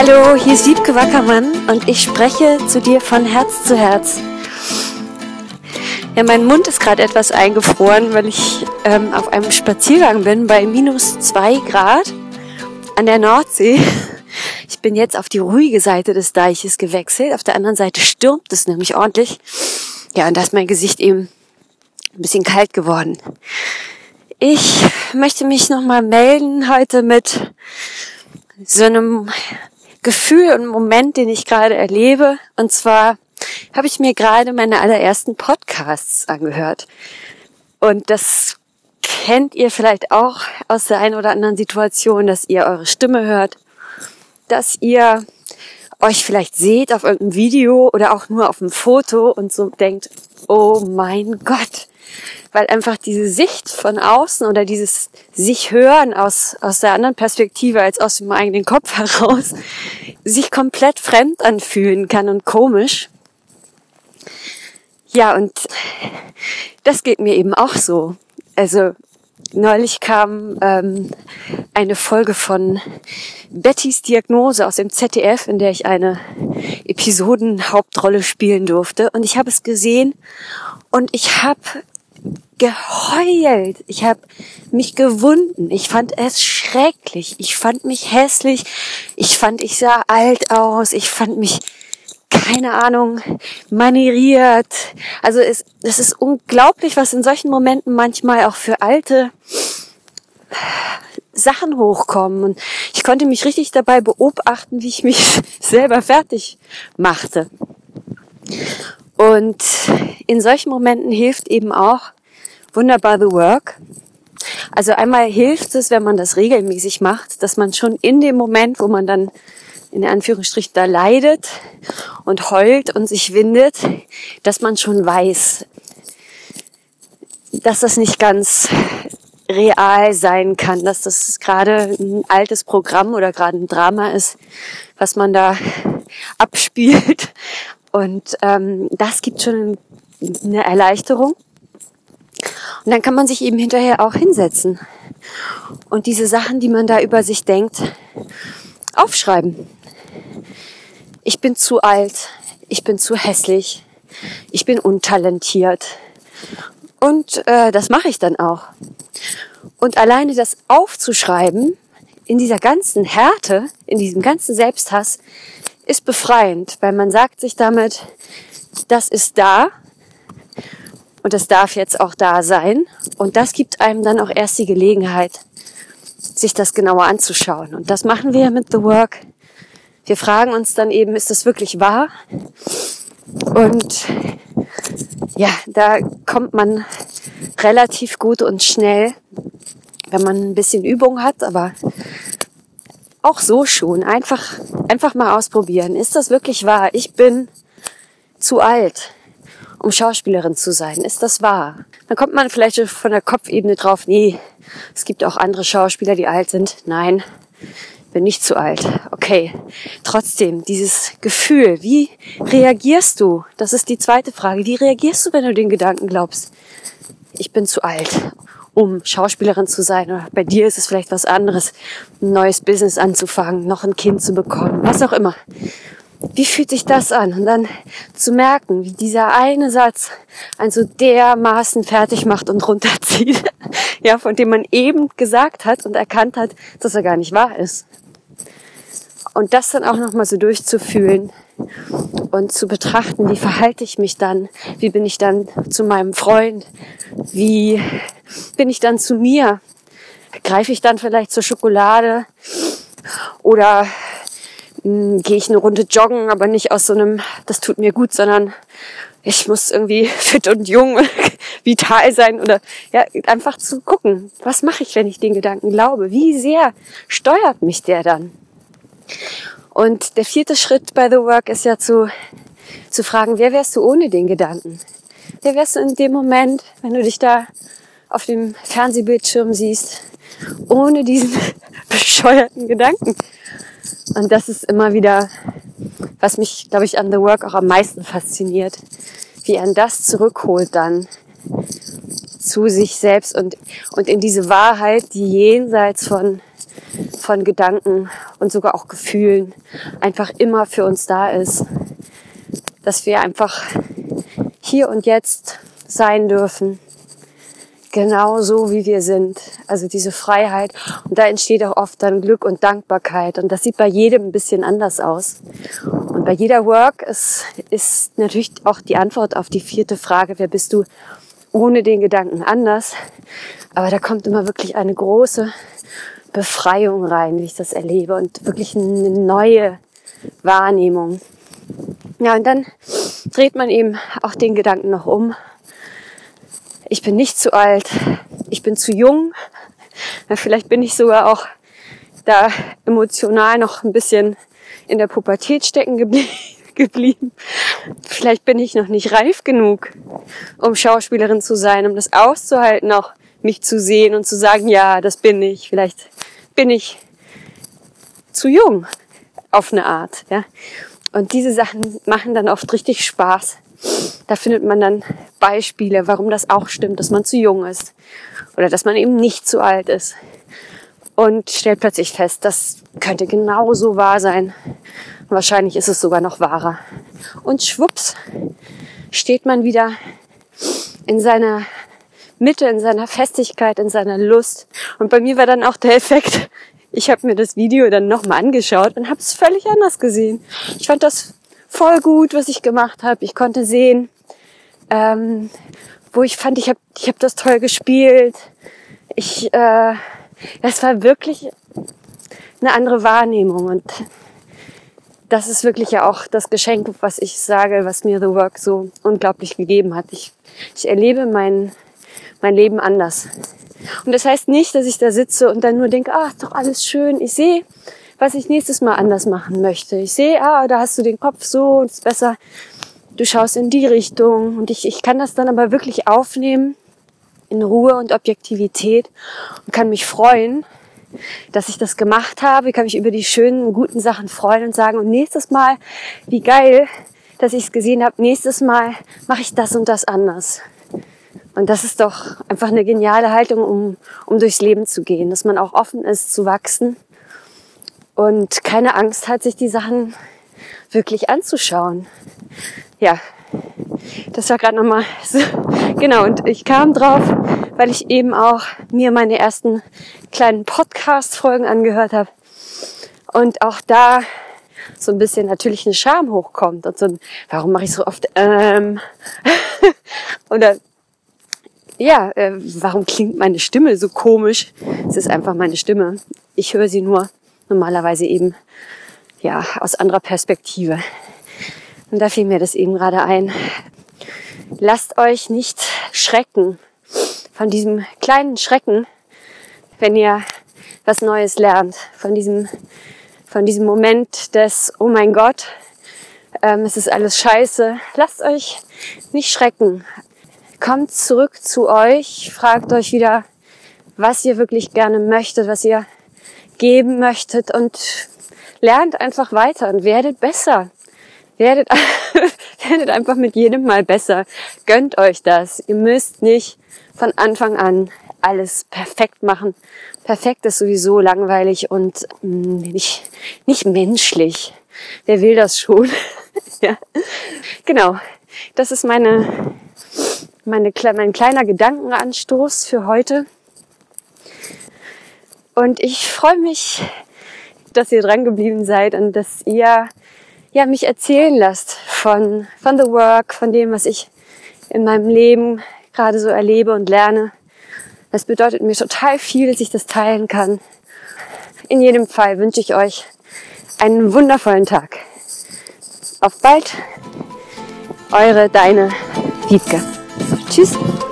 Hallo, hier ist Wiebke Wackermann und ich spreche zu dir von Herz zu Herz. Ja, mein Mund ist gerade etwas eingefroren, weil ich auf einem Spaziergang bin bei -2 Grad an der Nordsee. Ich bin jetzt auf die ruhige Seite des Deiches gewechselt. Auf der anderen Seite stürmt es nämlich ordentlich. Ja, und da ist mein Gesicht eben ein bisschen kalt geworden. Ich möchte mich nochmal melden heute mit so einem Gefühl und Moment, den ich gerade erlebe. Und zwar habe ich mir gerade meine allerersten Podcasts angehört. Und das kennt ihr vielleicht auch aus der einen oder anderen Situation, dass ihr eure Stimme hört, dass ihr euch vielleicht seht auf irgendeinem Video oder auch nur auf einem Foto und so denkt, oh mein Gott, weil einfach diese Sicht von außen oder dieses sich hören aus der anderen Perspektive als aus dem eigenen Kopf heraus sich komplett fremd anfühlen kann und komisch. Ja, und das geht mir eben auch so. Also neulich kam eine Folge von Bettys Diagnose aus dem ZDF, in der ich eine Episodenhauptrolle spielen durfte. Und ich habe es gesehen und ich habe geheult. Ich habe mich gewunden. Ich fand es schrecklich. Ich fand mich hässlich. Ich fand, ich sah alt aus. Ich fand mich, keine Ahnung, manieriert. Also es ist unglaublich, was in solchen Momenten manchmal auch für alte Sachen hochkommen. Und ich konnte mich richtig dabei beobachten, wie ich mich selber fertig machte. Und in solchen Momenten hilft eben auch wunderbar The Work. Also einmal hilft es, wenn man das regelmäßig macht, dass man schon in dem Moment, wo man dann in Anführungsstrichen da leidet und heult und sich windet, dass man schon weiß, dass das nicht ganz real sein kann, dass das gerade ein altes Programm oder gerade ein Drama ist, was man da abspielt. Und das gibt schon eine Erleichterung. Und dann kann man sich eben hinterher auch hinsetzen und diese Sachen, die man da über sich denkt, aufschreiben. Ich bin zu alt, ich bin zu hässlich, ich bin untalentiert. Und das mache ich dann auch. Und alleine das aufzuschreiben, in dieser ganzen Härte, in diesem ganzen Selbsthass, ist befreiend, weil man sagt sich damit, das ist da und das darf jetzt auch da sein. Und das gibt einem dann auch erst die Gelegenheit, sich das genauer anzuschauen. Und das machen wir mit The Work. Wir fragen uns dann eben, ist das wirklich wahr? Und ja, da kommt man relativ gut und schnell, wenn man ein bisschen Übung hat, aber auch so schon. Einfach mal ausprobieren. Ist das wirklich wahr? Ich bin zu alt, um Schauspielerin zu sein. Ist das wahr? Dann kommt man vielleicht von der Kopfebene drauf, nee, es gibt auch andere Schauspieler, die alt sind. Nein, bin nicht zu alt. Okay, trotzdem, dieses Gefühl, wie reagierst du? Das ist die zweite Frage. Wie reagierst du, wenn du den Gedanken glaubst, ich bin zu alt, um Schauspielerin zu sein? Oder bei dir ist es vielleicht was anderes, ein neues Business anzufangen, noch ein Kind zu bekommen, was auch immer. Wie fühlt sich das an? Und dann zu merken, wie dieser eine Satz einen so dermaßen fertig macht und runterzieht, ja, von dem man eben gesagt hat und erkannt hat, dass er gar nicht wahr ist. Und das dann auch nochmal so durchzufühlen und zu betrachten, wie verhalte ich mich dann? Wie bin ich dann zu meinem Freund? Wie bin ich dann zu mir? Greife ich dann vielleicht zur Schokolade? Oder gehe ich eine Runde joggen, aber nicht aus so einem, das tut mir gut, sondern ich muss irgendwie fit und jung, vital sein oder ja, einfach zu gucken, was mache ich, wenn ich den Gedanken glaube? Wie sehr steuert mich der dann? Und der 4. Schritt bei The Work ist ja zu fragen, wer wärst du ohne den Gedanken? Wer wärst du in dem Moment, wenn du dich da auf dem Fernsehbildschirm siehst, ohne diesen bescheuerten Gedanken? Und das ist immer wieder, was mich, glaube ich, an The Work auch am meisten fasziniert, wie er das zurückholt dann zu sich selbst und in diese Wahrheit, die jenseits von Gedanken und sogar auch Gefühlen einfach immer für uns da ist. Dass wir einfach hier und jetzt sein dürfen. Genau so, wie wir sind. Also diese Freiheit. Und da entsteht auch oft dann Glück und Dankbarkeit. Und das sieht bei jedem ein bisschen anders aus. Und bei jeder Work ist natürlich auch die Antwort auf die 4. Frage, wer bist du ohne den Gedanken anders? Aber da kommt immer wirklich eine große Befreiung rein, wie ich das erlebe. Und wirklich eine neue Wahrnehmung. Ja, und dann dreht man eben auch den Gedanken noch um. Ich bin nicht zu alt, ich bin zu jung. Ja, vielleicht bin ich sogar auch da emotional noch ein bisschen in der Pubertät stecken geblieben. Vielleicht bin ich noch nicht reif genug, um Schauspielerin zu sein, um das auszuhalten, auch mich zu sehen und zu sagen, ja, das bin ich. Vielleicht bin ich zu jung auf eine Art. Ja. Und diese Sachen machen dann oft richtig Spaß. Da findet man dann Beispiele, warum das auch stimmt, dass man zu jung ist oder dass man eben nicht zu alt ist. Und stellt plötzlich fest, das könnte genauso wahr sein. Wahrscheinlich ist es sogar noch wahrer. Und schwupps, steht man wieder in seiner Mitte, in seiner Festigkeit, in seiner Lust. Und bei mir war dann auch der Effekt, ich habe mir das Video dann nochmal angeschaut und habe es völlig anders gesehen. Ich fand das voll gut, was ich gemacht habe. Ich konnte sehen, wo ich fand, ich hab das toll gespielt. Es war wirklich eine andere Wahrnehmung. Und das ist wirklich ja auch das Geschenk, was ich sage, was mir The Work so unglaublich gegeben hat. Ich erlebe mein Leben anders. Und das heißt nicht, dass ich da sitze und dann nur denke, ist doch alles schön. Ich sehe, was ich nächstes Mal anders machen möchte. Ich sehe, da hast du den Kopf so und es ist besser. Du schaust in die Richtung. Und ich kann das dann aber wirklich aufnehmen in Ruhe und Objektivität und kann mich freuen, dass ich das gemacht habe. Ich kann mich über die schönen, guten Sachen freuen und sagen, und nächstes Mal, wie geil, dass ich es gesehen habe, nächstes Mal mache ich das und das anders. Und das ist doch einfach eine geniale Haltung, um durchs Leben zu gehen, dass man auch offen ist zu wachsen und keine Angst hat, sich die Sachen wirklich anzuschauen. Ja, das war gerade nochmal so. Genau, und ich kam drauf, weil ich eben auch mir meine ersten kleinen Podcast-Folgen angehört habe und auch da so ein bisschen natürlich eine Scham hochkommt und so ein, warum mache ich so oft oder ja, warum klingt meine Stimme so komisch? Es ist einfach meine Stimme. Ich höre sie nur normalerweise eben ja aus anderer Perspektive. Und da fiel mir das eben gerade ein. Lasst euch nicht schrecken von diesem kleinen Schrecken, wenn ihr was Neues lernt. Von diesem Moment des, oh mein Gott, es ist alles scheiße. Lasst euch nicht schrecken. Kommt zurück zu euch, fragt euch wieder, was ihr wirklich gerne möchtet, was ihr geben möchtet und lernt einfach weiter und werdet besser. Werdet einfach mit jedem Mal besser. Gönnt euch das. Ihr müsst nicht von Anfang an alles perfekt machen. Perfekt ist sowieso langweilig und nicht menschlich. Wer will das schon? Ja. Genau. Das ist mein kleiner Gedankenanstoß für heute. Und ich freue mich, dass ihr dran geblieben seid und dass ihr mich erzählen lasst von The Work, von dem, was ich in meinem Leben gerade so erlebe und lerne. Das bedeutet mir total viel, dass ich das teilen kann. In jedem Fall wünsche ich euch einen wundervollen Tag. Auf bald, deine Wiebke. Tschüss.